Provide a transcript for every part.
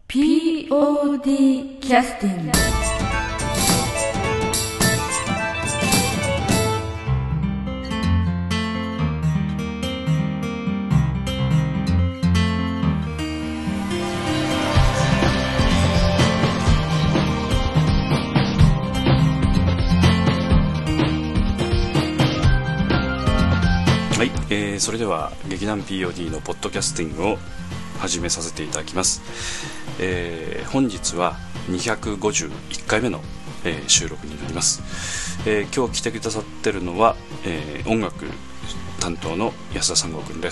POD キャスティング。 はい、それでは劇団 POD のポッドキャスティングを始めさせていただきます。本日は251回目の、収録になります。今日来てくださってるのは、音楽担当の安田三郷くんです。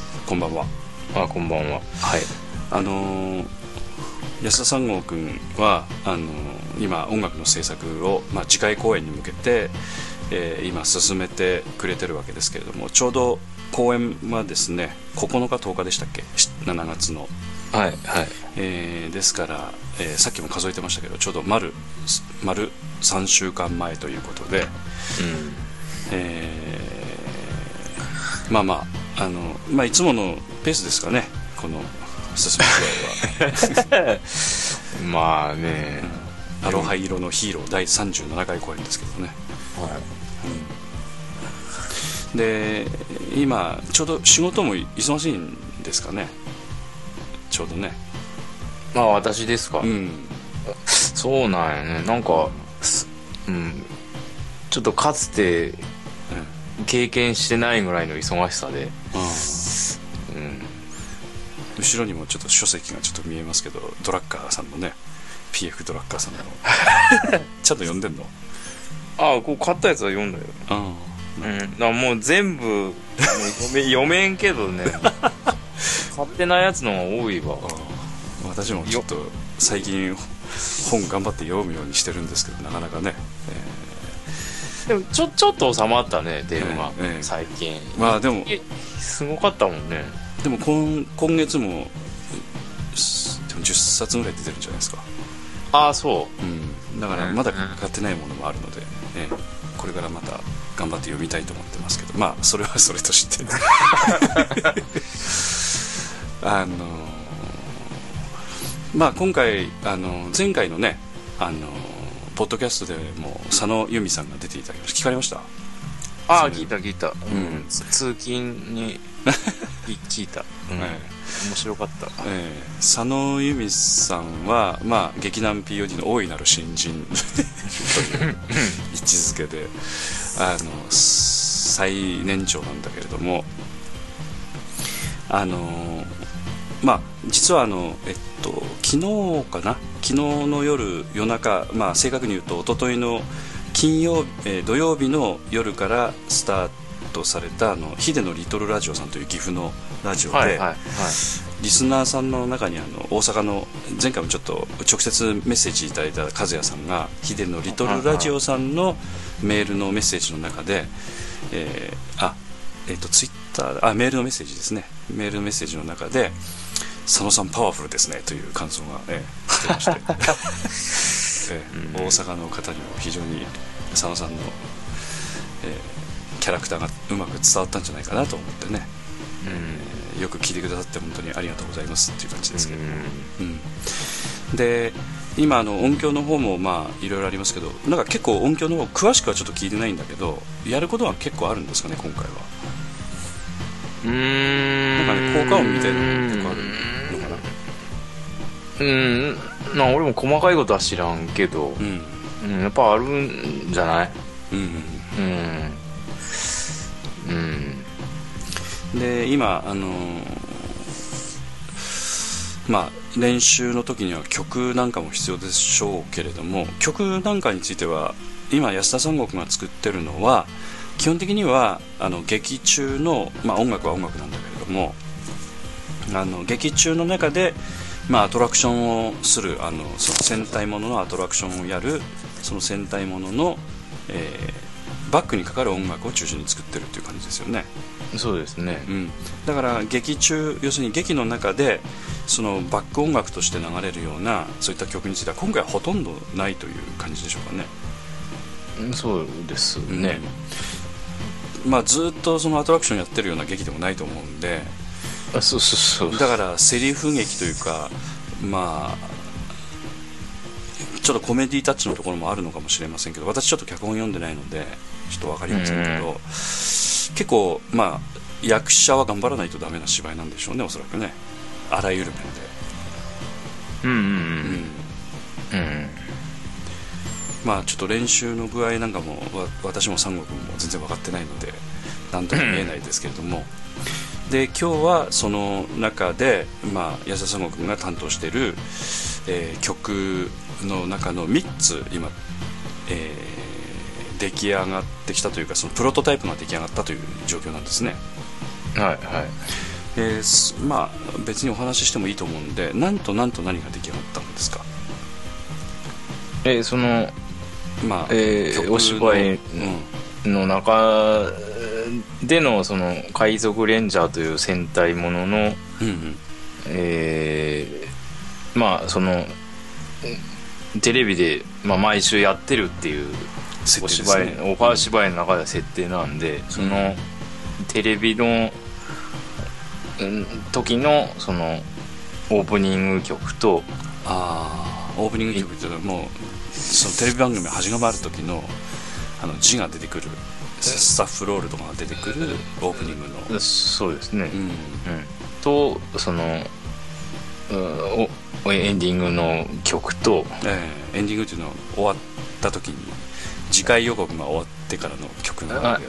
こんばんは。 こんばんは。 はい。安田三郷くんは今音楽の制作を、次回公演に向けて、今進めてくれてるわけですけれども、ちょうど公演はですね9日10日でしたっけ、7月の、 はいはい。 ですから、さっきも数えてましたけど、ちょうど丸3週間前ということで、いつものペースですかね、この進み具合はまあね、 アロハ色のヒーロー第37回公演ですけどね。で今ちょうど仕事も忙しいんですかね、ちょうどね。 私ですか。そうなんやね。なんか、ちょっとかつて経験してないぐらいの忙しさで、 後ろにもちょっと書籍がちょっと見えますけど、ドラッカーさんのね、 PF ドラッカーさんのちゃんと読んでんの？ こう買ったやつは読んだよ。もう全部読めんけどね買ってないやつの方が多いわ。 私もちょっと最近本頑張って読むようにしてるんですけど、なかなかね、 でもちょっと収まったね、電話、最近。 でもすごかったもんね。 でも今月もでも10冊ぐらい出てるんじゃないですか。 そう。 だからまだ買ってないものもあるので、これからまた頑張って読みたいと思ってますけど、それはそれとして今回前回のねポッドキャストでも佐野由美さんが出ていただきました。聞かれました？ 聞いた、通勤に聞いた、面白かった。 佐野由美さんは、劇団 POD の大いなる新人という位置づけで最年長なんだけれども、実は昨日の夜中、正確に言うと一昨日の土曜日の夜からスタートされたヒデのリトルラジオさんという岐阜のラジオで、リスナーさんの中に大阪の、前回もちょっと直接メッセージいただいた和也さんがヒデのリトルラジオさんのメールのメッセージの中で、ツイッターメールのメッセージですね、メールのメッセージの中で佐野さんパワフルですねという感想が、来てまして大阪の方にも非常に佐野さんの、キャラクターがうまく伝わったんじゃないかなと思ってね、よく聞いてくださって本当にありがとうございますっていう感じですけども、で今音響の方もいろいろありますけど、なんか結構音響の方詳しくはちょっと聞いてないんだけど、やることは結構あるんですかね今回は。なんかね、効果音みたいなのが結構あるのかな。 俺も細かいことは知らんけど、やっぱあるんじゃない？ で今練習の時には曲なんかも必要でしょうけれども、曲なんかについては今安田三郷君が作ってるのは基本的には劇中の、音楽は音楽なんだけれども、劇中の中で、アトラクションをするその戦隊もののアトラクションをやるその戦隊ものの、バックにかかる音楽を中心に作ってるっていう感じですよね。 そうですね、 だから劇中、要するに劇の中でそのバック音楽として流れるようなそういった曲については今回はほとんどないという感じでしょうかね。 そうですね、 ずっとそのアトラクションやってるような劇でもないと思うんで、 そうだからセリフ劇というかまあちょっとコメディタッチのところもあるのかもしれませんけど、私ちょっと脚本読んでないのでちょっと分かりませんけど、結構まあ役者は頑張らないとダメな芝居なんでしょうね、おそらくね、あらゆる面で。まあちょっと練習の具合なんかも私も三国も全然分かってないので何とも見えないですけれども、で今日はその中で、まあ、安田三国が担当している、曲の中の3つ今、出来上がってきたというか、そのプロトタイプが出来上がったという状況なんですね。まあ別にお話ししてもいいと思うんで、なんと何が出来上がったんですか？ そのまあお芝居の中でのその海賊レンジャーという戦隊ものの、まあそのテレビで、まあ、毎週やってるっていうお芝居、オファー芝居の中では設定なんで、そのテレビの時のそのオープニング曲と、 オープニング曲っていうのはもうそのテレビ番組始まる時の字が出てくるスタッフロールとかが出てくるオープニングの、 そうですね、とそのエンディングの曲と、 エンディングっていうのは終わった時に次回予告が終わってからの曲のや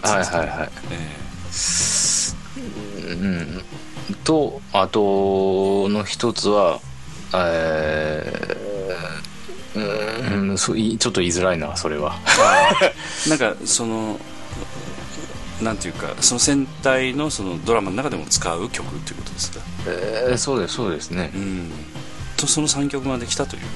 つですね。 とあとの一つはちょっと言いづらいな、それは。 なんかそのなんていうか、その戦隊のそのドラマの中でも使う曲ということですか？ そうですね。 とその3曲ができたという。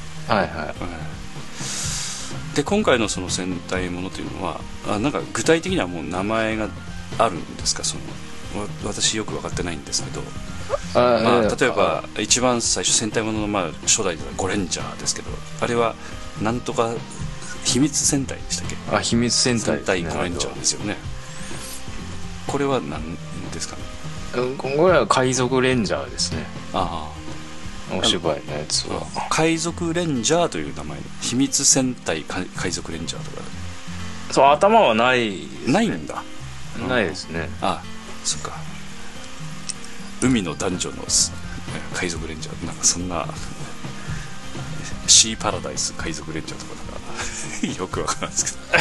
で今回のその戦隊ものというのはなんか具体的にはもう名前があるんですか？その私よく分かってないんですけど、例えば一番最初戦隊ものの初代ではゴレンジャーですけど、あれはなんとか秘密戦隊でしたっけ？ 秘密戦隊ゴレンジャーですよね。これは何ですかね？ これは海賊レンジャーですね。お芝居のやつは海賊レンジャーという名前の秘密戦隊海賊レンジャーとか。 そう、頭はないんだ。 ないですね。 そっか。海の男女の海賊レンジャー、なんかそんなシーパラダイス海賊レンジャーとかなんかよくわからん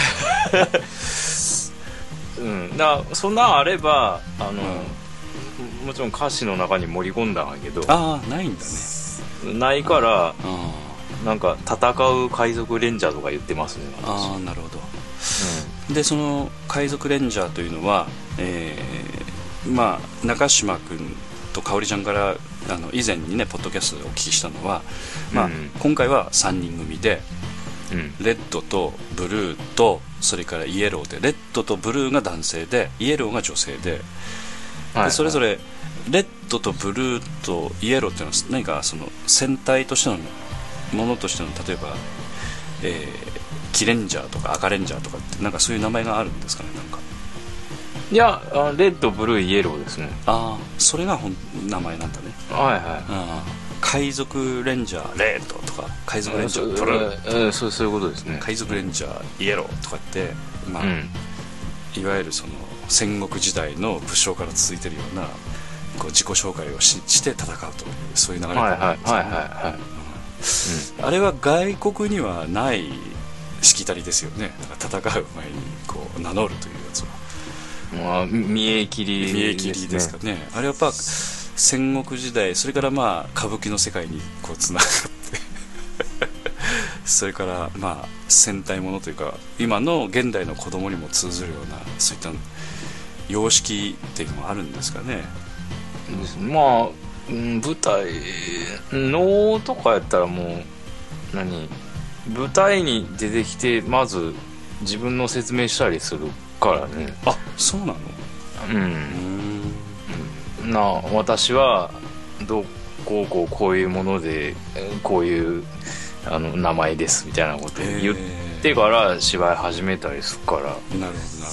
ですけどそんなあればもちろん歌詞の中に盛り込んだんだけど、 ないんだね。 ないから、なんか戦う海賊レンジャーとか言ってますね。 なるほど。でその海賊レンジャーというのは、まあ中島君と香織ちゃんから以前にねポッドキャストでお聞きしたのは、今回は3人組で、レッドとブルーとそれからイエローで、レッドとブルーが男性でイエローが女性で、それぞれレッドとブルーとイエローっていうのは何かその戦隊としてのものとしての、例えば、キレンジャーとか赤レンジャーとかってなんかそういう名前があるんですかね？なんかいやレッドブルーイエローですね。 それが名前なんだね。海賊レンジャーレッドとか海賊レンジャーブルー、 そういうことですね。 海賊レンジャーイエローとかっていわゆるその戦国時代の武将から続いてるようなこう自己紹介をして戦うという、そういう流れがあるんですよね。あれは外国にはないしきたりですよね。だから戦う前にこう名乗るというやつは見え切りですかね。あれはやっぱ戦国時代、それから歌舞伎の世界にこうつながってそれから戦隊ものというか今の現代の子供にも通ずるようなそういった様式っていうのもあるんですかね。 舞台能とかやったらもう舞台に出てきてまず自分の説明したりするからね。 そうなの？ 私はこういうものでこういう名前ですみたいなことを言ってから芝居始めたりするから。なるほ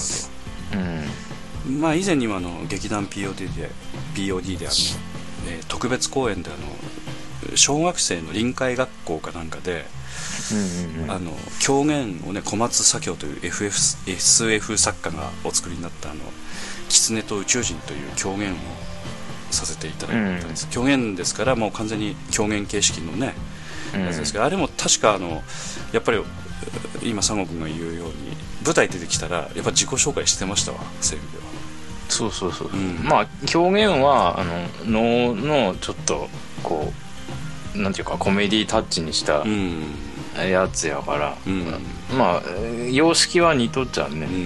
ど。以前にも劇団 POD で特別公演で小学生の臨海学校かなんかで、狂言をね、小松左京という SF 作家がお作りになった狐と宇宙人という狂言をさせていただいたんです、狂言ですからもう完全に狂言形式のね、やつですけど、あれも確かやっぱり今三国君が言うように舞台出てきたらやっぱ自己紹介してましたわ、セリフでは。 そうそうそう、まあ狂言は能のちょっとこうなんていうかコメディタッチにしたやつやから、まあ様式は似とっちゃうね。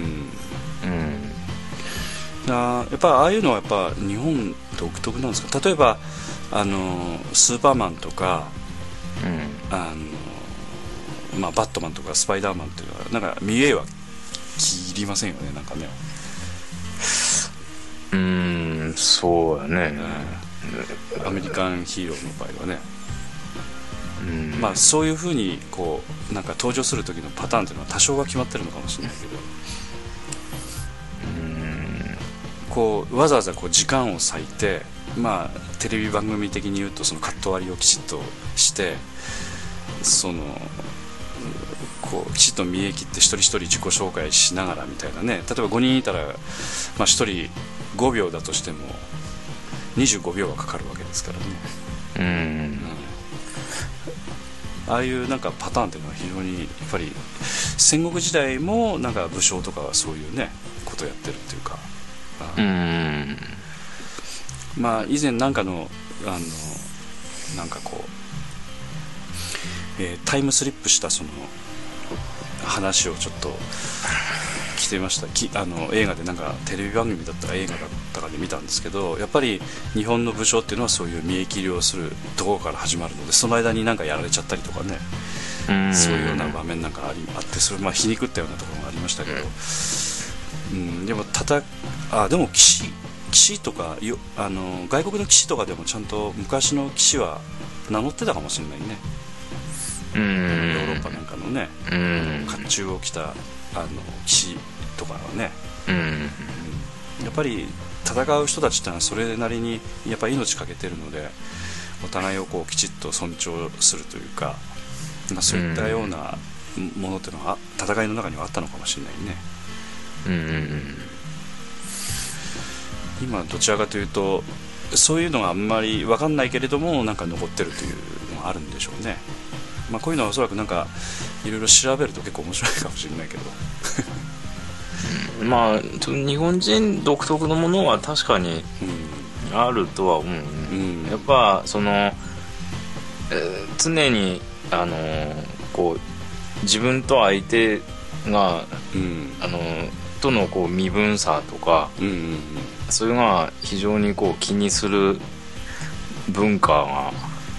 やっぱああいうのはやっぱ日本独特なんですか。例えばスーパーマンとか、まあ、バットマンとかスパイダーマンっていうのはなんか見栄は切りませんよね、なんかね。 そうやね、 アメリカンヒーローの場合はね、まあそういうふうにこうなんか登場する時のパターンっていうのは多少は決まってるのかもしれないけど、こうわざわざこう時間を割いて、まあテレビ番組的に言うとそのカット割りをきちっとしてこうきちっと見え切って一人一人自己紹介しながらみたいなね。例えば5人いたら、まあ、1人5秒だとしても25秒はかかるわけですからね。ああいうなんかパターンっていうのは非常にやっぱり戦国時代もなんか武将とかはそういうねことをやってるっていうか、まあ以前なんかのなんかこう、タイムスリップしたその話をちょっと聞いてみました。映画でなんかテレビ番組だったか映画だったかで見たんですけど、やっぱり日本の武将っていうのはそういう見え切りをするところから始まるので、その間になんかやられちゃったりとかね、そういうような場面なんかあって、それまあ皮肉ったようなところがありましたけど、でもでも騎士とか外国の騎士とかでもちゃんと昔の騎士は名乗ってたかもしれないね。ヨーロッパなんかのね、甲冑を着た騎士とかはね、やっぱり戦う人たちってのはそれなりにやっぱり命かけてるので、お互いをこうきちっと尊重するというか、まあ、そういったようなものっていうのは戦いの中にはあったのかもしれないね。今どちらかというとそういうのがあんまり分かんないけれどもなんか残ってるというのがあるんでしょうね。まあ、こういうのはおそらくなんかいろいろ調べると結構面白いかもしれないけどまあ日本人独特のものは確かにあるとは思う、やっぱその、常にこう自分と相手が、とのこう身分差とか、そういうのが非常にこう気にする文化が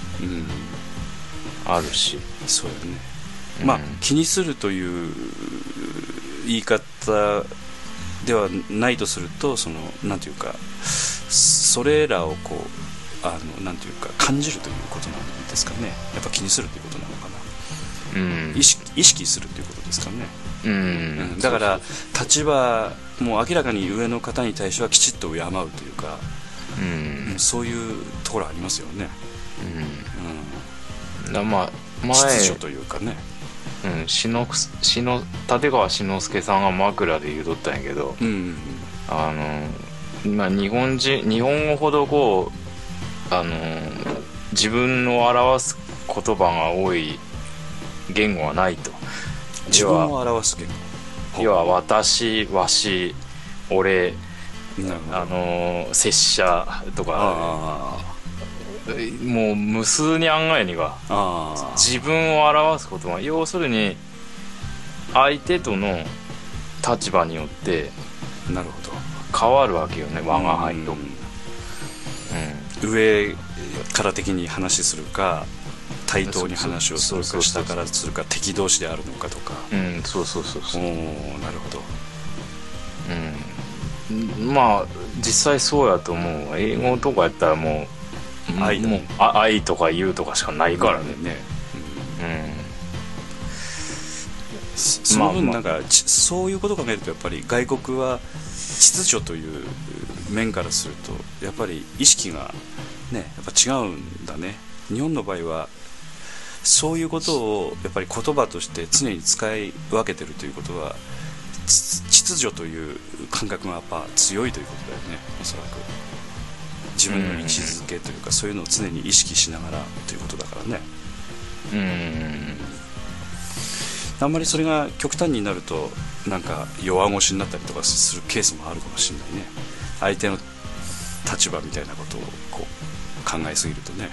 あるし、 そうよね。まあ気にするという言い方ではないとすると、なんていうかそれらをこうなんていうか感じるということなんですかね。やっぱ気にするということなのかな、意識するということですかね。だから立場もう明らかに上の方に対してはきちっと敬うというか、そういうところありますよね。 まあ秩序というかね。 立川志の輔さんが枕で言うとったんやけど、まあ、日本語ほどこう自分を表す言葉が多い言語はないと。 自分を表す言語、 要は私、わし、俺、拙者とか、もう無数に案外には自分を表すことは、要するに相手との立場によって変わるわけよね、我が輩と。 上から的に話するか、対等に話をするか、下からするか、敵同士であるのかとか。 そうなるほど。 まあ実際そうやと思う。英語とかやったらもう愛とか言うとかしかないからね。 その分なんか、そういうことを考えるとやっぱり外国は秩序という面からするとやっぱり意識がねやっぱ違うんだね。 日本の場合はそういうことをやっぱり言葉として常に使い分けてるということは、秩序という感覚がやっぱ強いということだよね、おそらく。自分の位置づけというか、そういうのを常に意識しながらということだからね。あんまりそれが極端になるとなんか弱腰になったりとかするケースもあるかもしれないね。相手の立場みたいなことをこう考えすぎるとね。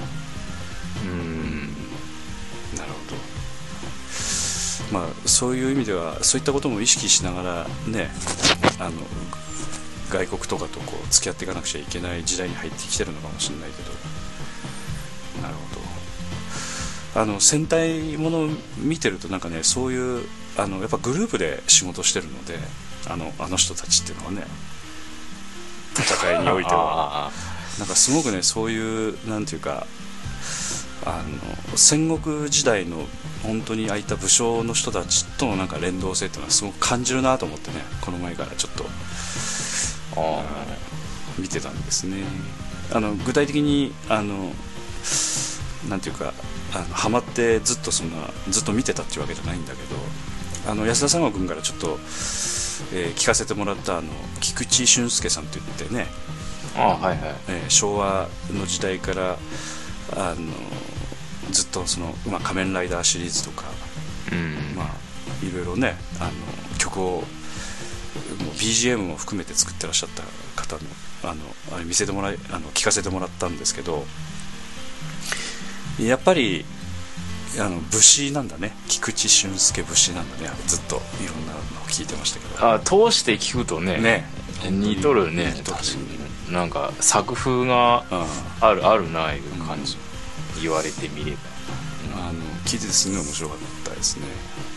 なるほど。まあそういう意味ではそういったことも意識しながらね、外国とかとこう付き合っていかなくちゃいけない時代に入ってきてるのかもしれないけど。なるほど。戦隊ものを見てるとなんかね、そういうやっぱグループで仕事してるので、あの人たちっていうのはね、戦いにおいてはなんかすごくね、そういうなんていうか、戦国時代の本当に空いた武将の人たちとのなんか連動性っていうのはすごく感じるなと思ってね、この前からちょっと見てたんですね。具体的になんていうかハマってずっと見てたっていうわけじゃないんだけど、安田三郷君からちょっと、聞かせてもらった菊池俊介さんといってね、昭和の時代からずっと仮面ライダーシリーズとか、まあいろいろね、曲をもう BGM も含めて作ってらっしゃった方のあれ聞かせてもらったんですけど、やっぱり武士なんだね、菊池俊介武士なんだね。ずっといろんなのを聞いてましたけど、通して聞くとね似とるね。なんか作風があるないう感じ、言われてみれば聞いててすごい面白かったですね。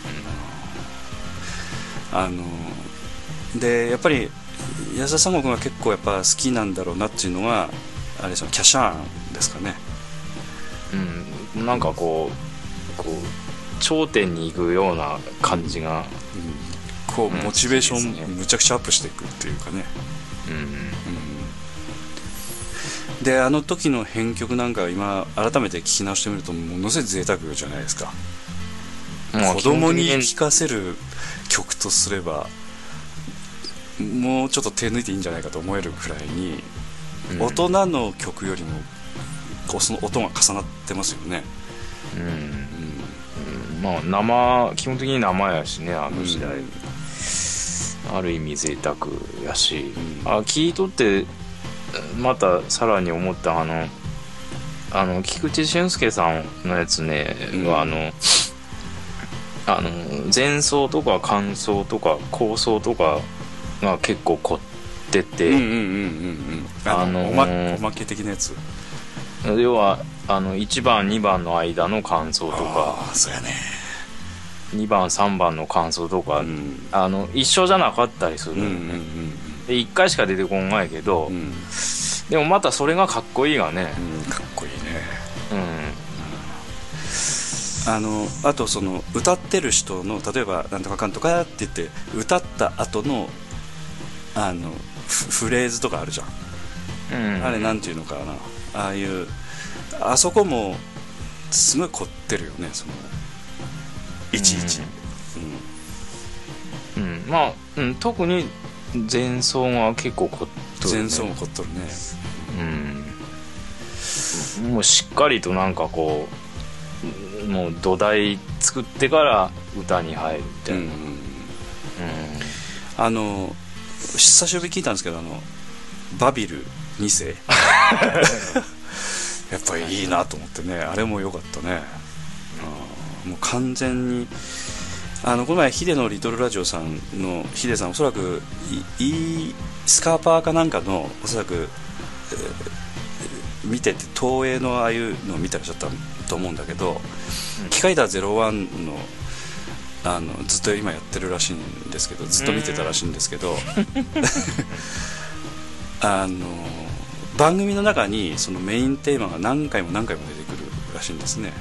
でやっぱり安田三郷君が結構やっぱ好きなんだろうなっていうのはあれですよ、キャシャーンですかね。 なんかこう頂点に行くような感じが、 こうモチベーションむちゃくちゃアップしていくっていうかね。であの時の編曲なんか今改めて聞き直してみるとものすごい贅沢じゃないですか。子供に聴かせる曲とすればもうちょっと手抜いていいんじゃないかと思えるくらいに、大人の曲よりもこうその音が重なってますよね。 まあ基本的に生やしね、あの時代、ある意味贅沢やし、聞いとってまたさらに思った菊池俊介さんのやつね、前奏とか間奏とか後奏とかが結構凝ってて、 おまけ的なやつ、 要は1番2番の間の間奏とか、 そうやね、 2番3番の間奏とか、一緒じゃなかったりする、で1回しか出てこないけど、でもまたそれがかっこいいがね、 かっこいいね。あと歌ってる人の例えばなんとかかんとかって言って歌った後のフレーズとかあるじゃん、あれなんていうのかな、あそこもすごい凝ってるよね、いちいち。 特に前奏が結構凝っとるね。 前奏も凝っとるね。 もうしっかりとなんかこうもう土台作ってから歌に入るみたいな。久しぶりに聞いたんですけどバビル2世やっぱりいいなと思ってね、あれも良かったね。もう完全にこの前ヒデのリトルラジオさんのヒデさん、おそらくスカーパーかなんかのおそらく、見てて東映のああいうのを見てらっしゃったと思うんだけど、機械だ01のずっと今やってるらしいんですけど、ずっと見てたらしいんですけど番組の中にそのメインテーマが何回も何回も出てくるらしいんですね。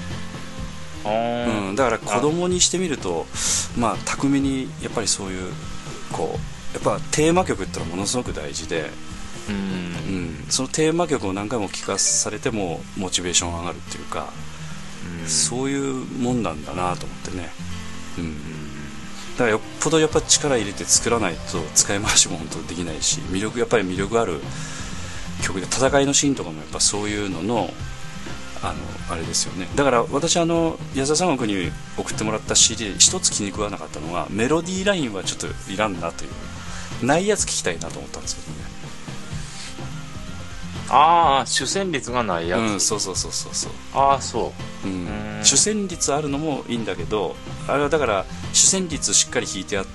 だから子供にしてみると巧みにやっぱりそういうやっぱテーマ曲ってのはものすごく大事で、 そのテーマ曲を何回も聴かされてもモチベーション上がるっていうか、そういうもんなんだなと思ってね、だからよっぽどやっぱ力入れて作らないと使い回しも本当できないし、やっぱり魅力ある曲で、戦いのシーンとかもやっぱそういうののあれですよね。だから私安田三国に送ってもらった CD で一つ気に食わなかったのは、メロディーラインはちょっといらんなという、ないやつ聞きたいなと思ったんですけどね。 ああ、主旋律がないやつ。 そう。 ああ、そう。 主旋律あるのもいいんだけど、あれはだから主旋律しっかり弾いてあって、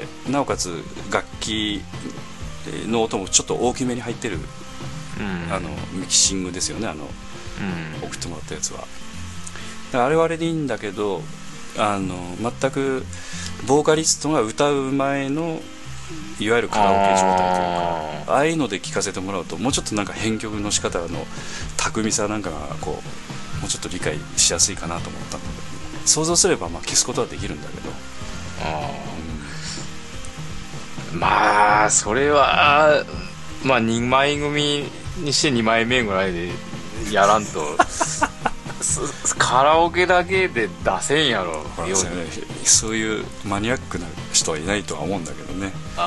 なおかつ楽器の音もちょっと大きめに入ってる、ミキシングですよね、送ってもらったやつは。だからあれはあれでいいんだけど、全くボーカリストが歌う前のいわゆるカラオケ状態というか、ああいうので聴かせてもらうと、もうちょっとなんか編曲の仕方の巧みさなんかがこうもうちょっと理解しやすいかなと思ったんだけど、想像すればまあ消すことはできるんだけど、 まあそれはまあ2枚組にして2枚目ぐらいでやらんとカラオケだけで出せんやろ。 そういうマニアックな人はいないとは思うんだけどね。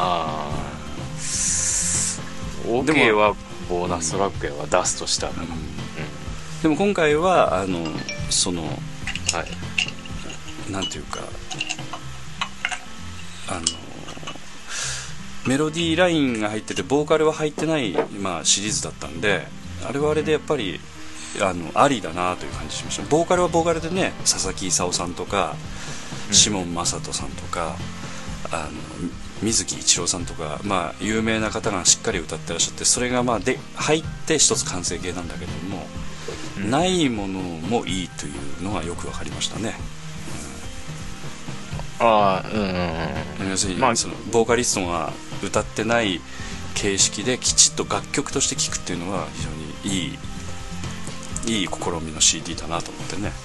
OK はボーナストラックやは出すとしたら、 でも今回はその、なんていうかメロディーラインが入っててボーカルは入ってない、シリーズだったんで、あれはあれでやっぱりありだなという感じしました。ボーカルはボーカルでね、佐々木功さんとかシモン正人さんとか水木一郎さんとか、有名な方がしっかり歌ってらっしゃって、それがで入って一つ完成形なんだけども、ないものもいいというのがよく分かりましたね。要するにそのボーカリストが歌ってない形式できちっと楽曲として聴くっていうのは非常にいい試みの CD だなと思ってね。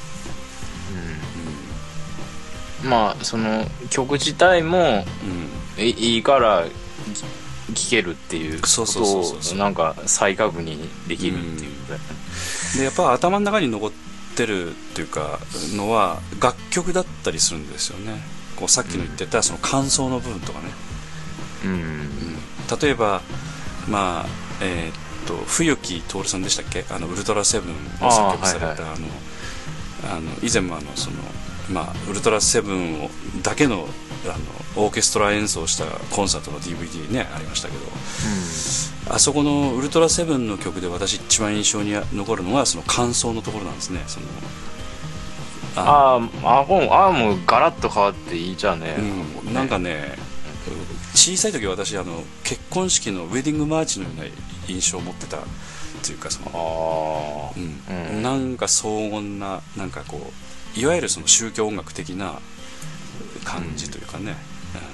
その曲自体もいいから聴けるっていうことをなんか再確認できるっていう、 でやっぱ頭の中に残ってるっていうかのは楽曲だったりするんですよね。こうさっきの言ってたその感想の部分とかね、例えば冬木徹さんでしたっけ、ウルトラセブンを作曲された、以前もウルトラセブンだけのオーケストラ演奏したコンサートの DVD ねありましたけど、あそこのウルトラセブンの曲で私一番印象に残るのはその感想のところなんですね。 もうガラッと変わっていいじゃね、 なんかね、小さい時私結婚式のウェディングマーチのような印象を持ってたっていうか、なんか荘厳な、なんかこういわゆるその宗教音楽的な感じというかね、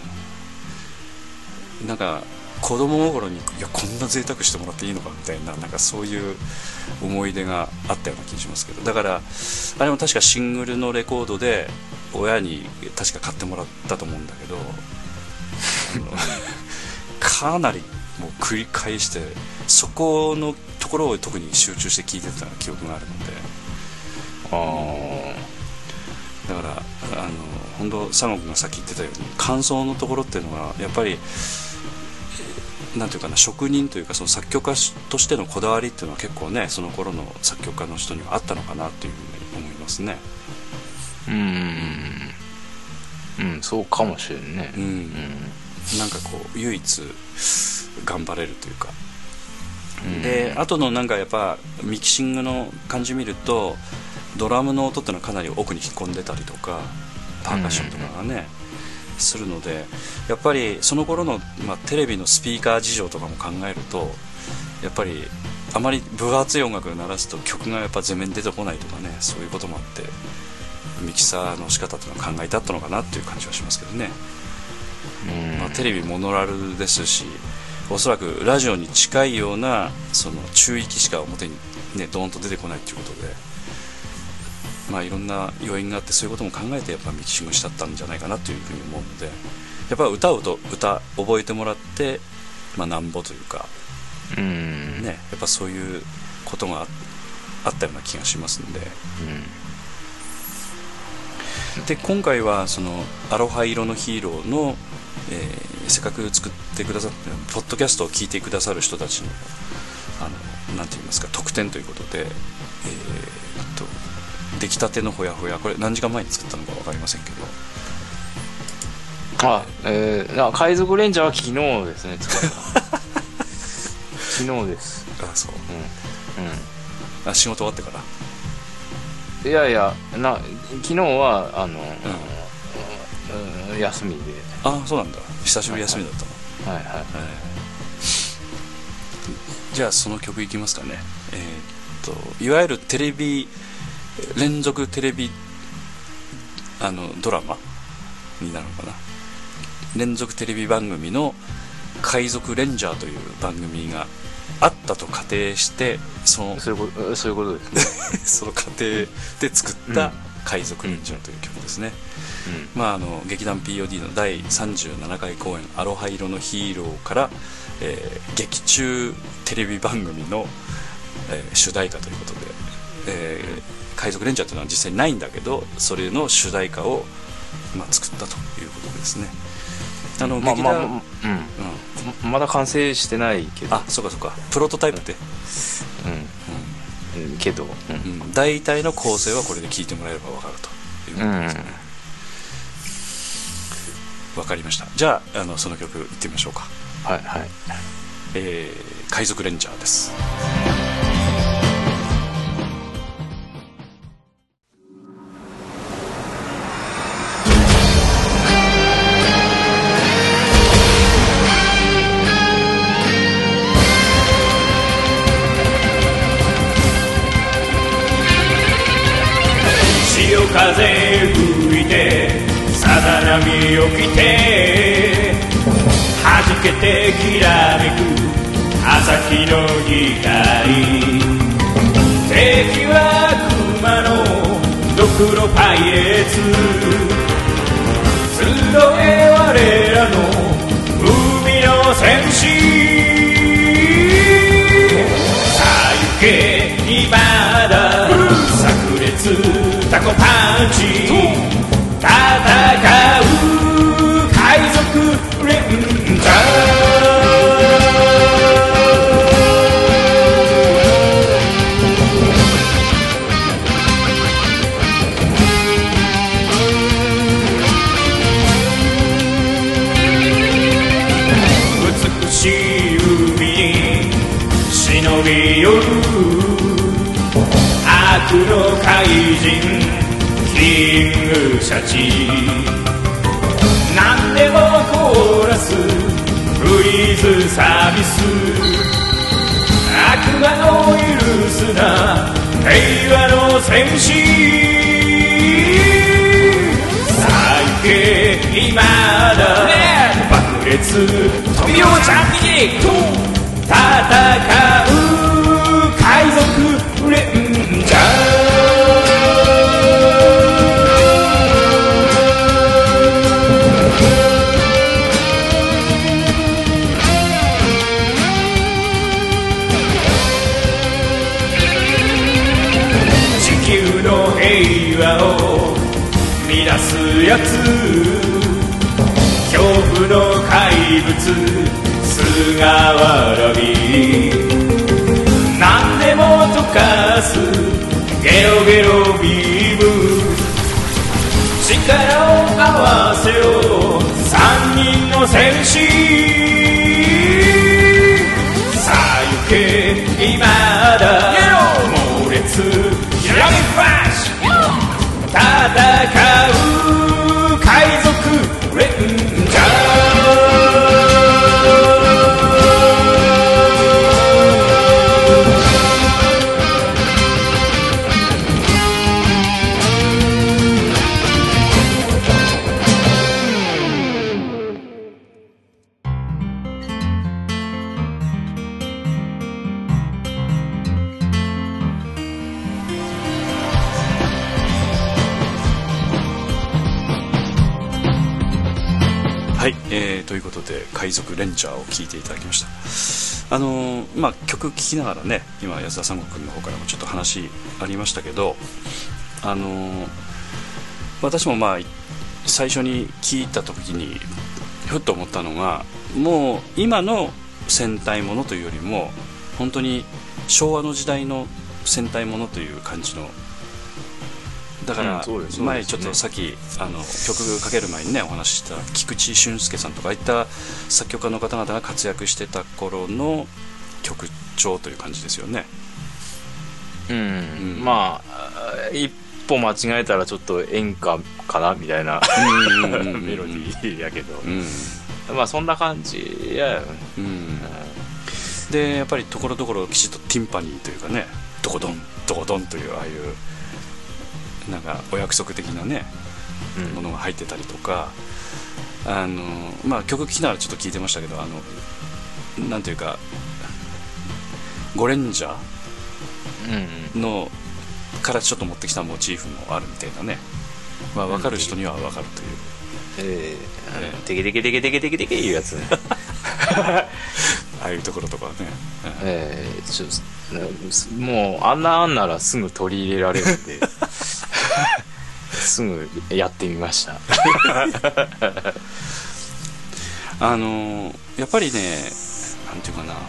なんか子供心にこんな贅沢してもらっていいのかみたいな、なんかそういう思い出があったような気がしますけど、だからあれも確かシングルのレコードで親に確か買ってもらったと思うんだけどかなりもう繰り返してそこのところを特に集中して聴いてた記憶があるので、だから本当佐野君がさっき言ってたように感想のところっていうのはやっぱりなんていうかな、職人というかその作曲家としてのこだわりっていうのは結構ね、その頃の作曲家の人にはあったのかなというふうに思いますね。 そうかもしれんね。 なんかこう唯一頑張れるというか、であとのなんかやっぱミキシングの感じ見るとドラムの音っていうのはかなり奥に引っ込んでたりとかパーカッションとかがね、するので、やっぱりその頃の、テレビのスピーカー事情とかも考えると、やっぱりあまり分厚い音楽を鳴らすと曲がやっぱ前面に出てこないとかね、そういうこともあってミキサーの仕方というのは考えてあったのかなっていう感じはしますけどね。テレビモノラルですし、おそらくラジオに近いようなその中域しか表にねドーンと出てこないということで、いろんな要因があって、そういうことも考えてやっぱミキシングしちゃったんじゃないかなというふうに思うので、やっぱり歌うと覚えてもらってなんぼというか、 ね、やっぱそういうことがあったような気がしますんで、で今回はそのアロハ色のヒーローの、せっかく作ってくださってポッドキャストを聞いてくださる人たちのなんて言いますか、特典ということで、出来たてのほやほや、これ何時間前に作ったのか分かりませんけど、 海賊レンジャーは昨日ですね、作った昨日です。 あ、そう、あ、仕事終わってから。 いやいや昨日は休みで。 あ、そうなんだ、久しぶり休みだったの。はいはい、じゃあその曲いきますかね。いわゆるテレビ連続テレビドラマになるのかな、連続テレビ番組の海賊レンジャーという番組があったと仮定して、そういうことですねその仮定で作った海賊レンジャーという曲ですね。劇団 POD の第37回公演アロハ色のヒーローから、劇中テレビ番組の、主題歌ということで、海賊レンジャーというのは実際ないんだけど、それの主題歌を、作ったということですね。 まだ完成してないけど。 あ、そうかそうか、プロトタイプで、 けど、 大体の構成はこれで聞いてもらえれば分かるということですね。分かりました。じゃあ、その曲いってみましょうか。 はいはい。 海賊レンジャーです。 潮風吹いてさざ波を着て弾けてきらめく朝日の光、敵は熊のドクロパイレーツ、集え我らの海の戦士、さあ行け今だ炸裂タコパンチ、戦う海賊レンジャー、美しい海に忍び寄る悪の怪人キングシャチ、何でもコーラスフリーズサービス、悪魔の許すな平和の戦士、さあ行け今だ爆裂飛び落ちゃって戦う海賊レンジャー、地球の平和を乱すやつ、恐怖の怪物菅原び、何でも溶かすゲロゲロビーム、力を合わせよ三人の戦士、さあ行け今だ猛烈ひらめフラッシュ、戦う海賊レンジャー、 ということで海賊レンジャーを聴いていただきました。曲聴きながらね、今安田三国君の方からもちょっと話ありましたけど、私も最初に聞いた時にふっと思ったのが、もう今の戦隊ものというよりも本当に昭和の時代の戦隊ものという感じの、だから前ちょっとさっき曲かける前にねお話しした菊池俊介さんとかああいった作曲家の方々が活躍してた頃の曲調という感じですよね。 まあ一歩間違えたらちょっと演歌かなみたいなメロディーやけど、まあそんな感じやよね。 でやっぱりところどころきちっとティンパニーというかね、ドコドンドコドンというああいうなんかお約束的なね、ものが入ってたりとか、曲聴きながらちょっと聞いてましたけど、なんていうかゴレンジャーのからちょっと持ってきたモチーフもあるみたいなね、分かる人には分かるという、 テケテケテケテケテケテケいうやつねああいうところとかね、 もうあんならすぐ取り入れられるんですぐやってみましたやっぱりね、なんていうかな、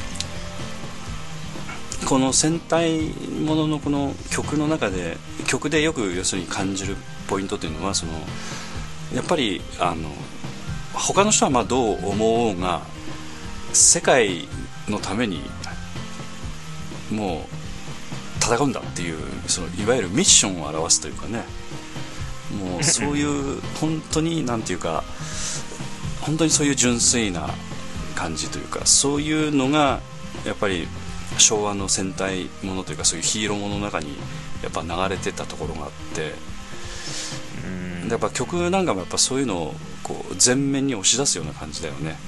この戦隊もののこの曲の中で、曲でよく要するに感じるポイントというのは、やっぱり他の人はどう思おうが世界のためにもう戦うんだっていう、いわゆるミッションを表すというかね、もうそういう本当になんていうか、本当にそういう純粋な感じというか、そういうのがやっぱり昭和の戦隊ものというか、そういうヒーローものの中にやっぱ流れてたところがあって、やっぱ曲なんかもやっぱそういうのをこう前面に押し出すような感じだよね。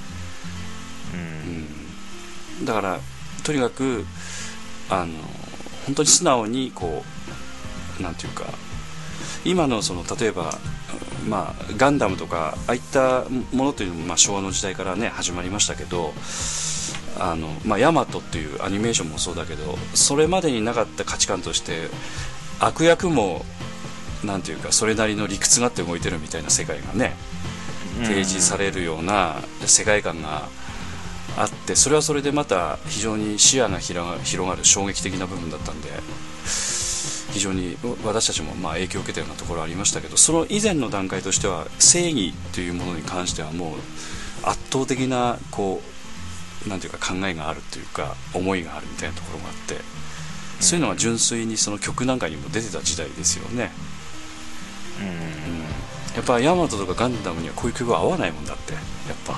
だからとにかく本当に素直にこうなんていうか、今の例えばガンダムとかああいったものというのも昭和の時代からね始まりましたけど、ヤマトっていうアニメーションもそうだけど、それまでになかった価値観として悪役もなんていうかそれなりの理屈があって動いてるみたいな世界がね提示されるような世界観があって、それはそれでまた非常に視野が広がる衝撃的な部分だったんで、非常に私たちも影響を受けたようなところありましたけど、その以前の段階としては正義というものに関してはもう圧倒的なこうなんていうか考えがあるというか思いがあるみたいなところがあって、そういうのが純粋にその曲なんかにも出てた時代ですよね。やっぱヤマトとかガンダムにはこういう曲は合わないもんだって、やっぱ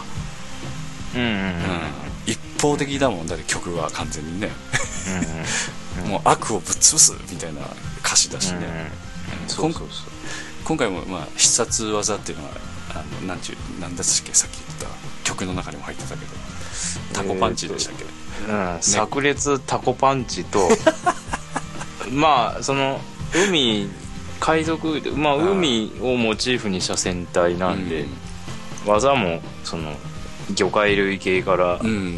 一方的だもんだって曲は完全にねもう悪をぶっ潰すみたいな歌詞だしね。今回も必殺技っていうのはなんだっけ、さっき言った曲の中にも入ってたけど、タコパンチでしたっけ、 炸裂タコパンチとその海賊、海をモチーフにした戦隊なんで、技もその魚介類系から、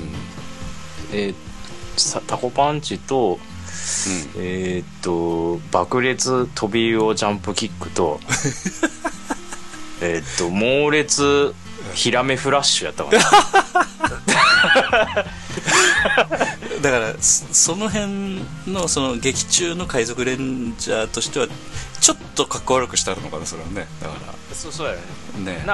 タコパンチと、爆裂飛び魚ジャンプキックと猛烈ヒラメフラッシュやったかなだからその辺のその劇中の海賊レンジャーとしてはちょっとかっこ悪くしてあるのかな、それはね。だからそうやね。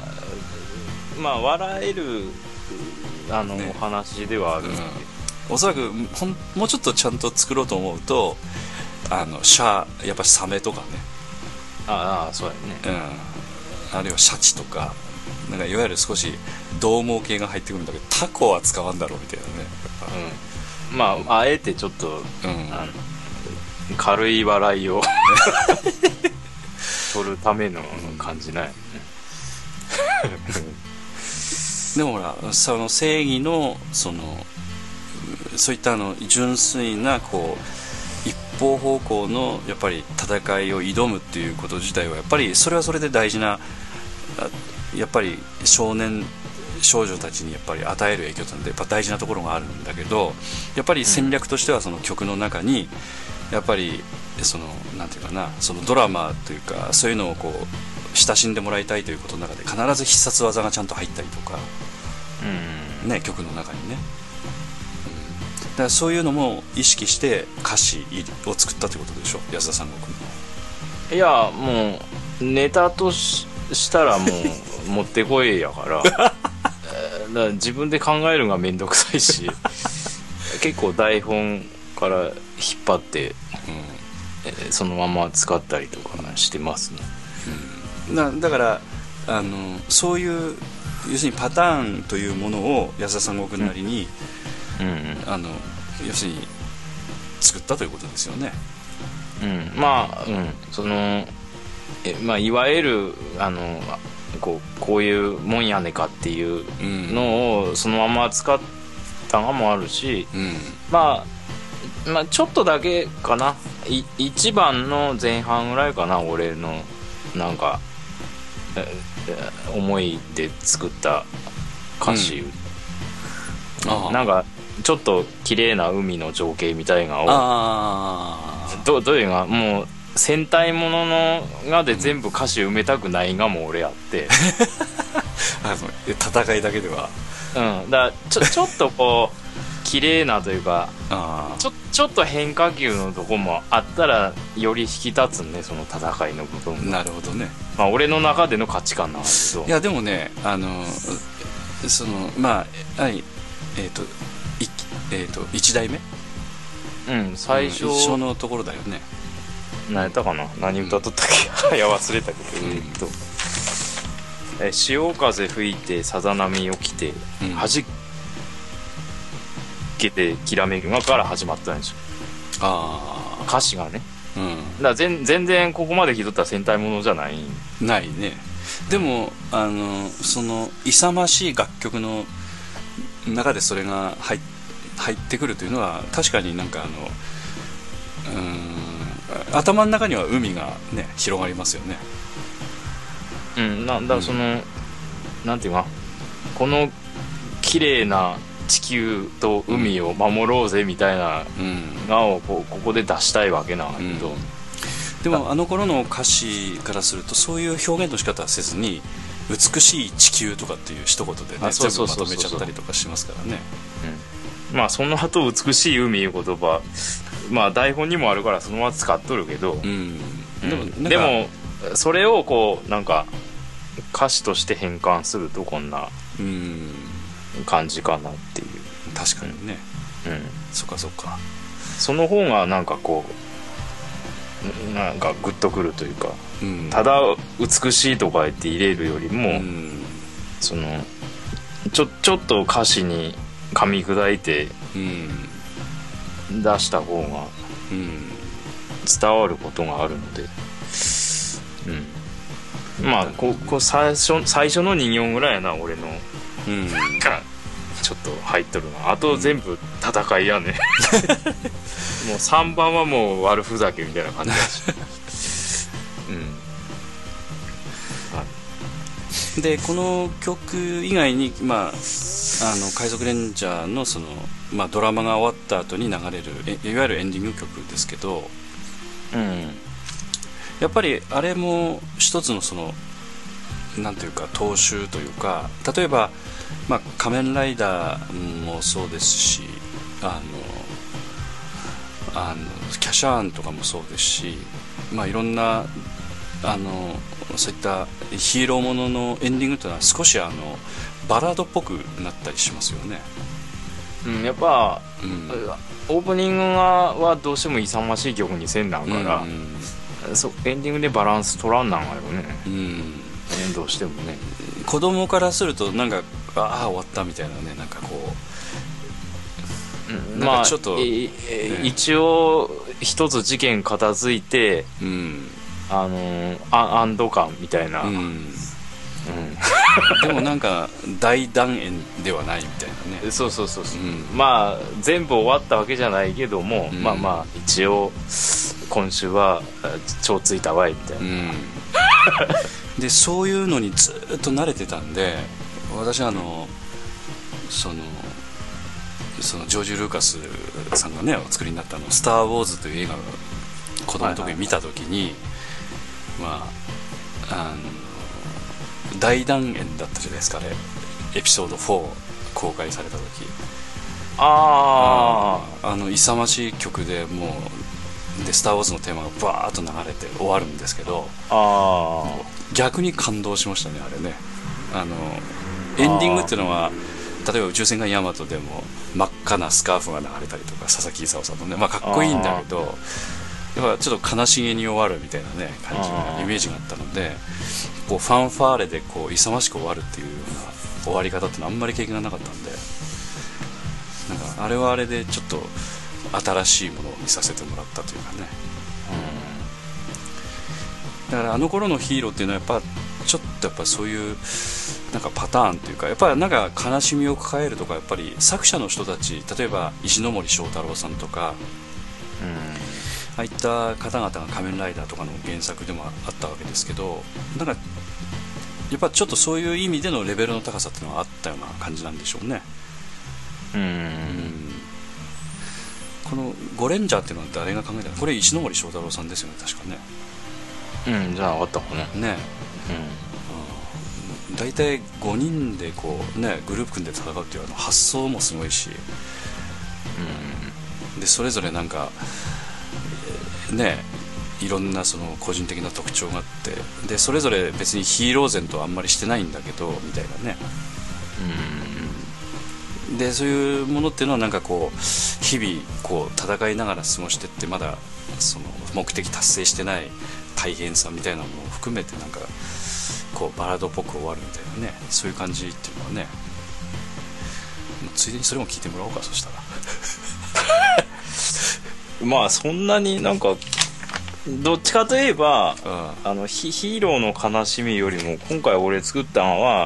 笑えるお話ではあるんで、 おそらくもうちょっとちゃんと作ろうと思うとやっぱりサメとかね、 そうやね、 あるいはシャチとか、なんかいわゆる少し獰猛系が入ってくるんだけど、タコは使わんだろうみたいなね。 あえてちょっと、軽い笑いを取るための感じない、 でもほら、その正義のそういった純粋なこう一方方向のやっぱり戦いを挑むっていうこと自体はやっぱりそれはそれで大事なやっぱり少年少女たちにやっぱり与える影響ってやっぱ大事なところがあるんだけど、やっぱり戦略としてはその曲の中にやっぱりそのなんていうかな、そのドラマというかそういうのをこう親しんでもらいたいということの中で必ず必殺技がちゃんと入ったりとか、ね、曲の中にね、だからそういうのも意識して歌詞を作ったということでしょ、安田三国の。 いやもうネタとしたらもう持ってこいやからだから自分で考えるのがめんどくさいし結構台本から引っ張って、そのまま使ったりとかしてますね。 だからそういう要するにパターンというものを安田三国なりに、要するに作ったということですよね。そのいわゆるこういうもんやねかっていうのをそのまま使ったのもあるし、まあちょっとだけかな、1番の前半ぐらいかな、俺のなんか思いで作った歌詞、なんかちょっと綺麗な海の情景みたいなのをどういうのがもう戦隊もののがで全部歌詞埋めたくないがもう俺あって戦いだけでは、 だからちょっとこう綺麗なというかちょっと変化球のとこもあったらより引き立つね、その戦いの部分が。 なるほどね。 俺の中での価値観なんだけど、 いやでもねその1代目、 最初、 一緒のところだよね。 何やったかな、何歌っとったっけいや忘れたけど、潮風吹いてさざ波起きて、はじけてきらめくがから始まったんですよ、歌詞がね。だから全然ここまで聞いとったら戦隊ものじゃないね。でもその勇ましい楽曲の中でそれが入ってくるというのは確かになんか頭の中には海がね広がりますよね。 だからその、なんていうか、この綺麗な地球と海を守ろうぜみたいなのをここで出したいわけなんだけど、 でもあの頃の歌詞からするとそういう表現の仕方はせずに美しい地球とかっていう一言でね全部まとめちゃったりとかしますからね。 その後美しい海いう言葉、台本にもあるからそのまま使っとるけど、でもそれをこうなんか歌詞として変換するとこんな感じかなっていう。 確かにね。そっかそっか。 その方がなんかこうなんかグッとくるというか、ただ美しいとか言って入れるよりも、そのちょっと歌詞に噛み砕いて出した方が伝わることがあるので、最初の2行ぐらいやな俺のがちょっと入っとるな。あと全部戦いやねもう3番はもう悪ふざけみたいな感じだしでこの曲以外に海賊レンジャーのその、ドラマが終わった後に流れるいわゆるエンディング曲ですけど、やっぱりあれも一つのそのなんていうか踏襲というか、例えば、仮面ライダーもそうですしキャシャーンとかもそうですし、いろんなそういったヒーローもののエンディングというのは少しバラードっぽくなったりしますよね。 やっぱ、オープニングはどうしても勇ましい曲にせんなんから、エンディングでバランス取らんなんがよね、どうしてもね。 子供からするとなんか終わったみたいなね、なんかこう、なんかちょっと、 一応一つ事件片付いて、安堵感みたいな、 でもなんか大団円ではないみたいなね。 そう、全部終わったわけじゃないけども、一応今週は超ついたわいみたいな、 でそういうのにずっと慣れてたんで、私はそのジョージ・ルーカスさんがねお作りになったスター・ウォーズという映画を子供の時に見た時に、まあ大団円だったじゃないですかね、エピソード4公開された時。勇ましい曲でもうでスター・ウォーズのテーマがバーッと流れて終わるんですけど、逆に感動しましたねあれね。エンディングっていうのは例えば宇宙戦艦ヤマトでも真っ赤なスカーフが流れたりとか、佐々木功さんのね、まあ、かっこいいんだけどやっぱちょっと悲しげに終わるみたいなね感じのイメージがあったので、こうファンファーレでこう勇ましく終わるっていうような終わり方ってのはあんまり経験がなかったんで、なんかあれはあれでちょっと新しいものを見させてもらったというかね、だからあの頃のヒーローっていうのはやっぱちょっとやっぱそういうなんかパターンというか、やっぱりなんか悲しみを抱えるとか、やっぱり作者の人たち、例えば石ノ森章太郎さんとか、ああいった方々が仮面ライダーとかの原作でもあったわけですけど、なんかやっぱちょっとそういう意味でのレベルの高さっていうのはあったような感じなんでしょうね。このゴレンジャーっていうのは誰が考えたの？これ石ノ森章太郎さんですよね、確かね。 じゃああったかな。 ね。大体5人でこう、ね、グループ組んで戦うっていう発想もすごいし、でそれぞれなんか、ね、いろんなその個人的な特徴があって、でそれぞれ別にヒーロー然とあんまりしてないんだけどみたいなね、でそういうものっていうのはなんかこう日々こう戦いながら過ごしてって、まだその目的達成してない大変さみたいなものを含めてなんかこうバラードっぽく終わるみたいなね、そういう感じっていうのはね、ついでにそれも聞いてもらおうか。そしたらまあそんなになんかどっちかといえば、ヒーローの悲しみよりも今回俺作ったのは、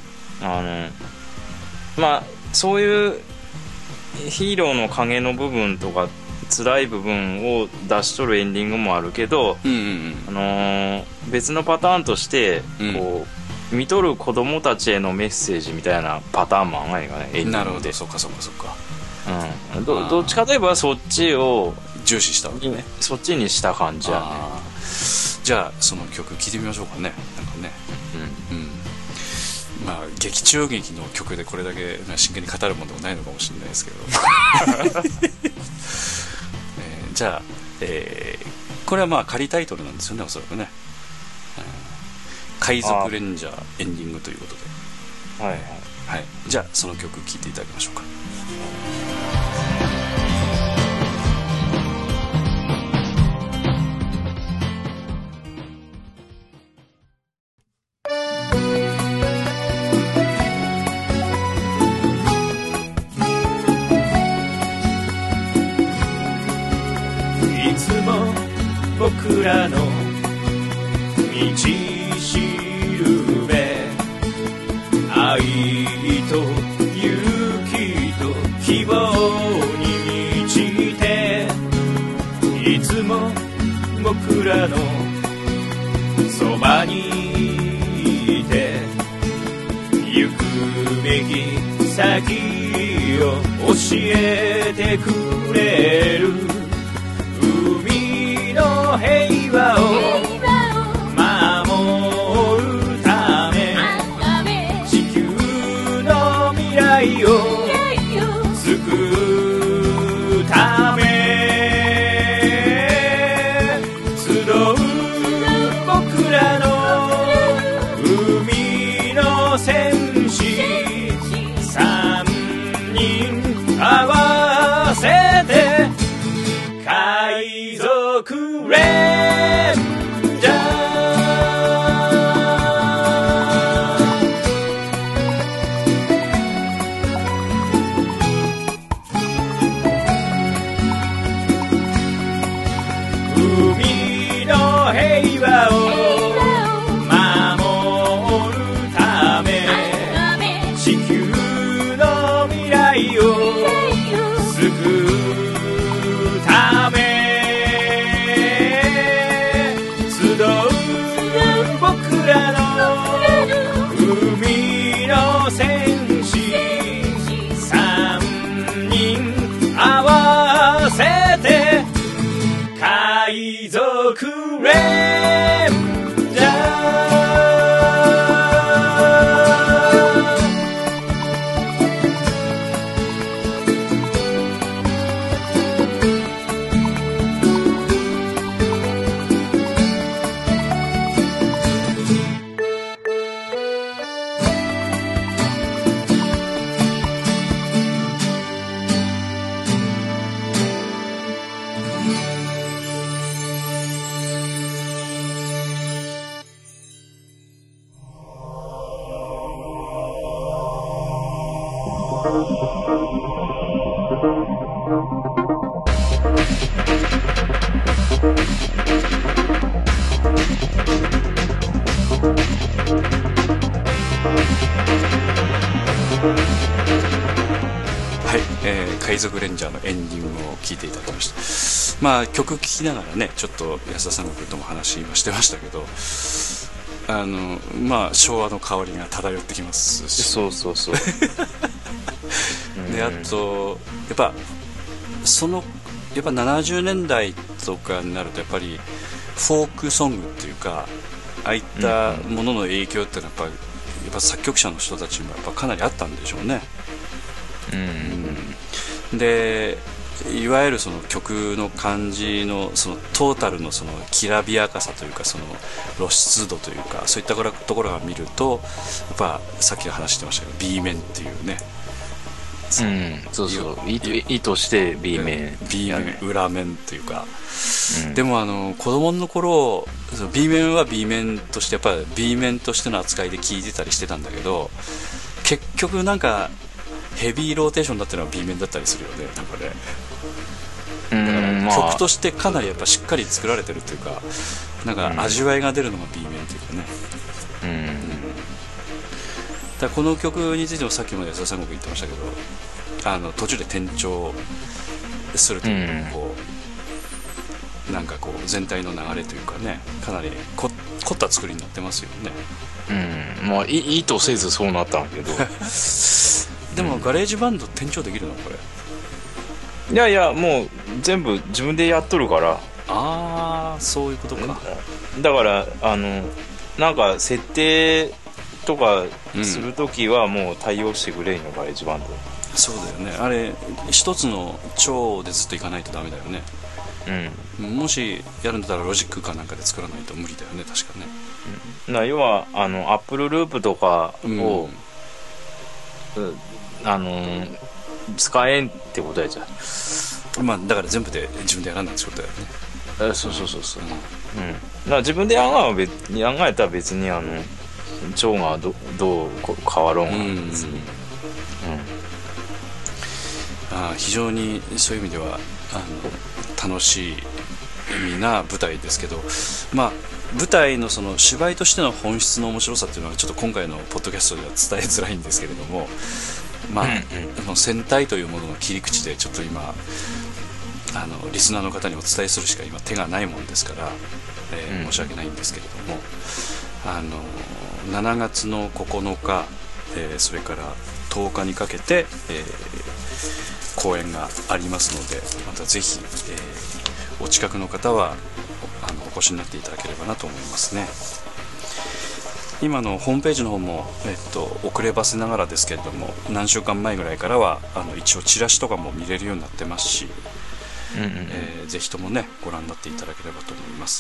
まあそういうヒーローの影の部分とか辛い部分を出しとるエンディングもあるけど、別のパターンとしてこう、見とる子供たちへのメッセージみたいなパターンもないかね、エンディングで。 なるほど、そっか。 どっちかといえばそっちを重視したわけね。 そっちにした感じやね。 じゃあその曲聴いてみましょうかね。なんかね、まあ劇中劇の曲でこれだけ真剣に語るものでもないのかもしれないですけどじゃあ、これはまあ仮タイトルなんですよね、おそらくね。海賊レンジャーエンディングということで、じゃあその曲聴いていただきましょうか。 いつも僕らの道しるべ、愛と勇気と希望に満ちて、いつも僕らのそばにいて、行くべき先を教えてくれる、海の平和を守るため、地球の未来を救うため、集う僕らの海の戦士3人合わせて海賊レンジャー。 はい、海賊レンジャーのエンディングを聴いていただきました。まあ曲聴きながらね、ちょっと安田三国とも話はしてましたけど、まあ昭和の香りが漂ってきますし、 そうそうそうであとやっぱ70年代とかになるとやっぱりフォークソングっていうか、ああいったものの影響っていうのはやっぱ作曲者の人たちもやっぱかなりあったんでしょうね。でいわゆるその曲の感じのそのトータルのそのきらびやかさというか、その露出度というか、そういったところが見るとやっぱさっき話してましたけど B 面っていうね、 そうそう、意図して B 面、 裏面というか、でも子供の頃 B 面は B 面としてやっぱり B 面としての扱いで聴いてたりしてたんだけど、結局なんかヘビーローテーションだったのは B 面だったりするよね、なんかね。だから曲としてかなりやっぱしっかり作られてるというか、なんか味わいが出るのが B 面というかね。だからこの曲についてもさっきも安田三国言ってましたけど、途中で転調するというこうなんかこう全体の流れというかね、かなり凝った作りになってますよね。 まあ意図せずそうなったんだけどでもガレージバンド転調できるのこれ？ いやいや、もう全部自分でやっとるから。 ああ、そういうことか。 だからなんか設定とかするときはもう対応してくれんの、ガレージバンド。 そうだよね、あれ一つの超でずっといかないとダメだよね。もしやるんだったらロジックかなんかで作らないと無理だよね、確かね。 要はアップルループとかを、使えんってことやじゃん。 まあだから全部で自分でやらないってことだよね。 そう、だから自分でやんがえたら別に腸がどう変わろうが別に、 非常にそういう意味では楽しい意味な舞台ですけど、まあ舞台のその芝居としての本質の面白さっていうのはちょっと今回のポッドキャストでは伝えづらいんですけれども、まあ、戦隊というものの切り口でちょっと今リスナーの方にお伝えするしか今手がないもんですから、申し訳ないんですけれども、7月の9日、それから10日にかけて、公演がありますので、またぜひ、お近くの方はお越しになっていただければなと思いますね。今のホームページの方も、遅ればせながらですけれども、何週間前ぐらいからは一応チラシとかも見れるようになってますし、ぜひともねご覧になっていただければと思います。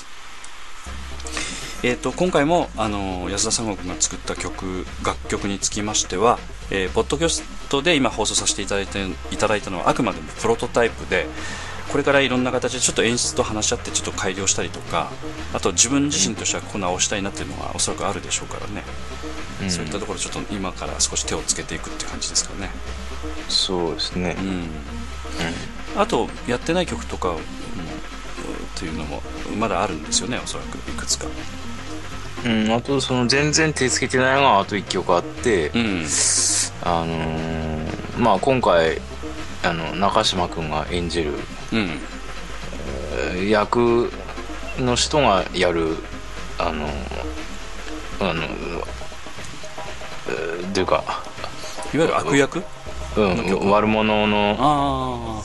今回も安田三国が作った楽曲につきましては、ポッドキャストで今放送させていただいたのはあくまでもプロトタイプで、これからいろんな形でちょっと演出と話し合ってちょっと改良したりとか、あと自分自身としてはここ直したいなっていうのがおそらくあるでしょうからね、そういったところちょっと今から少し手をつけていくって感じですかね。 そうですね。 あとやってない曲とかというのもまだあるんですよね、おそらくいくつか。 あとその全然手つけてないのがあと1曲あって、まあ今回中島君が演じる、役の人がやるというかいわゆる悪役、 悪者の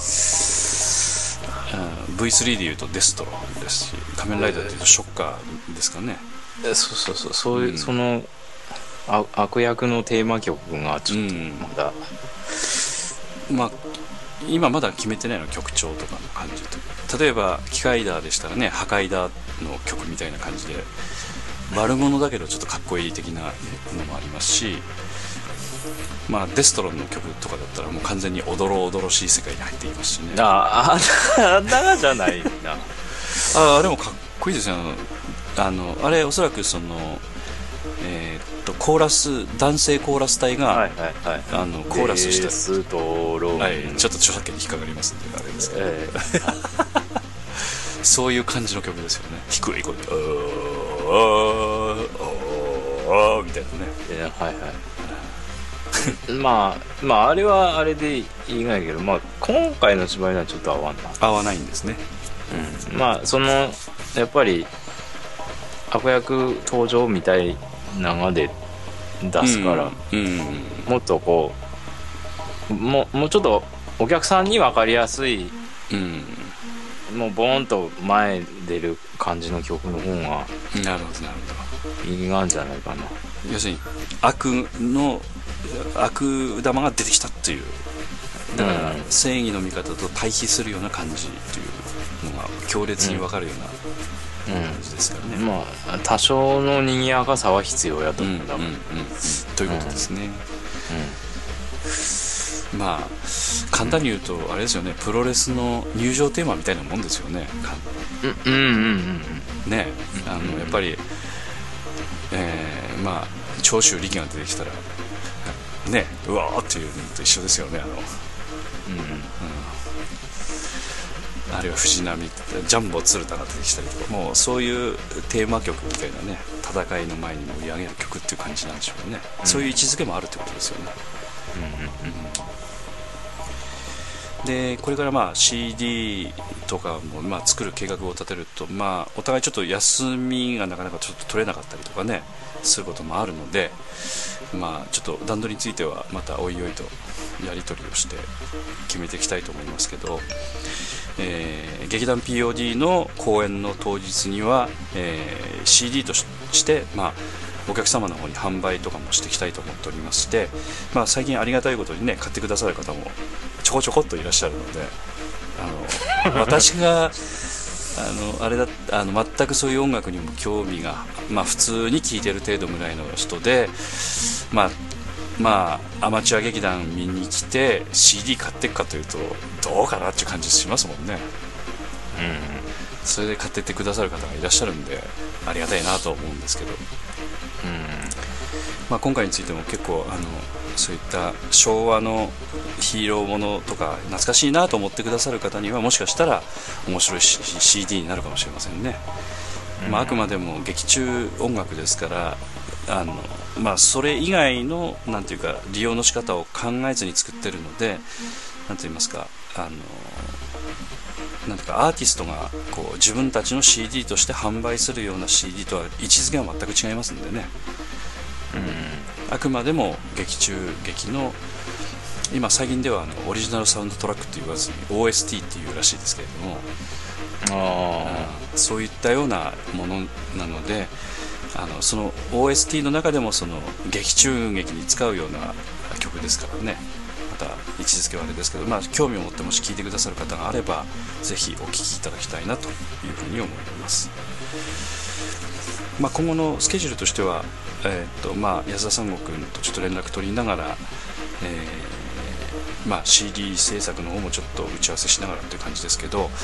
V3 でいうとデストロですし、仮面ライダーでいうとショッカーですかね。 そういう、その悪役のテーマ曲がちょっとまだ、 まあ今まだ決めてないの、曲調とかの感じと、例えばキカイダーでしたらね、破壊ダーの曲みたいな感じで悪者だけどちょっとかっこいい的なのもありますし、まあデストロンの曲とかだったらもう完全におどろおどろしい世界に入っていますしね。 だじゃないなでもかっこいいですよ。あれおそらくそのコーラス、男性コーラス隊が、コーラスしたちょっと著作権に引っかかりますんであれですけど、そういう感じの曲ですよね。低い声でおーみたいなね。 いやはいはいまああれはあれでいいがやけど、まあ今回の芝居にはちょっと合わんな。 合わないんですね。 まあそのやっぱり悪役登場みたいなので出すから、もっとこうもうちょっとお客さんに分かりやすい、もうボーンと前出る感じの曲の方がなるほどなるほどいいがんじゃないかな。 要するに悪玉が出てきたっていう、だから正義の味方と対比するような感じっていうのが強烈に分かるような感じですからね。 まあ多少の賑やかさは必要やと思うんだもん。 ということですね。まあ簡単に言うとあれですよね、プロレスの入場テーマみたいなもんですよね。ね、やっぱり、まあ長州力が出てきたらね、うわーっていうのと一緒ですよね。あるいは藤波ジャンボ鶴田が出てきたりとか、もうそういうテーマ曲みたいなね、戦いの前に盛り上げる曲っていう感じなんでしょうね。そういう位置づけもあるってことですよね。でこれからまあ CD とかもまあ作る計画を立てると、まあお互いちょっと休みがなかなかちょっと取れなかったりとかねすることもあるので、まあちょっと段取りについてはまたおいおいとやり取りをして決めていきたいと思いますけど、劇団 POD の公演の当日には、CD として、まあ、お客様の方に販売とかもしていきたいと思っておりまして、まあ、最近ありがたいことにね買ってくださる方もちょこちょこっといらっしゃるので、私があれだ全くそういう音楽にも興味が、まあ、普通に聴いてる程度ぐらいの人で、まあアマチュア劇団見に来て CD 買っていくかというとどうかなっていう感じしますもんね。それで買ってってくださる方がいらっしゃるんでありがたいなと思うんですけど、まあ、今回についても結構そういった昭和のヒーローものとか懐かしいなと思ってくださる方にはもしかしたら面白い CD になるかもしれませんね。まあ、あくまでも劇中音楽ですからまあ、それ以外のなんていうか利用の仕方を考えずに作ってるので、なんて言いますかなんていうかアーティストがこう自分たちの CD として販売するような CD とは位置づけは全く違いますんでね。あくまでも劇の今最近ではオリジナルサウンドトラックって言わずに OST っていうらしいですけれども、そういったようなものなのでその OST の中でもその劇中劇に使うような曲ですからね、また位置づけはあれですけど、まあ、興味を持ってもし聴いてくださる方があればぜひお聴きいただきたいなというふうに思います。まあ、今後のスケジュールとしては、まあ、安田三悟君とちょっと連絡取りながら、まあ、CD 制作の方もちょっと打ち合わせしながらという感じですけど、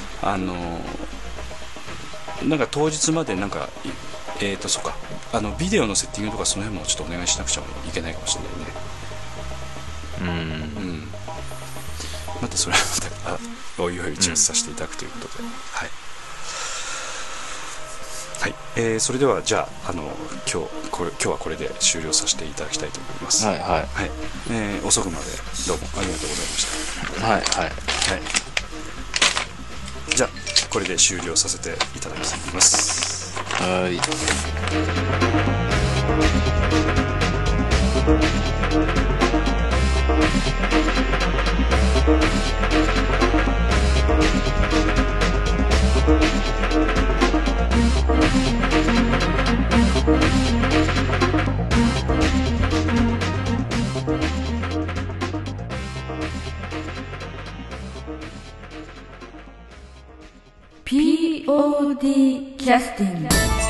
なんか当日までなんかそうかビデオのセッティングとかその辺もちょっとお願いしなくちゃいけないかもしれないね。またそれはまたおいおい打ち合わせさせていただくということで、はい、それではじゃあ今日はこれで終了させていただきたいと思います。遅くまでどうもありがとうございました。じゃあこれで終了させていただきます。 POD キャスティング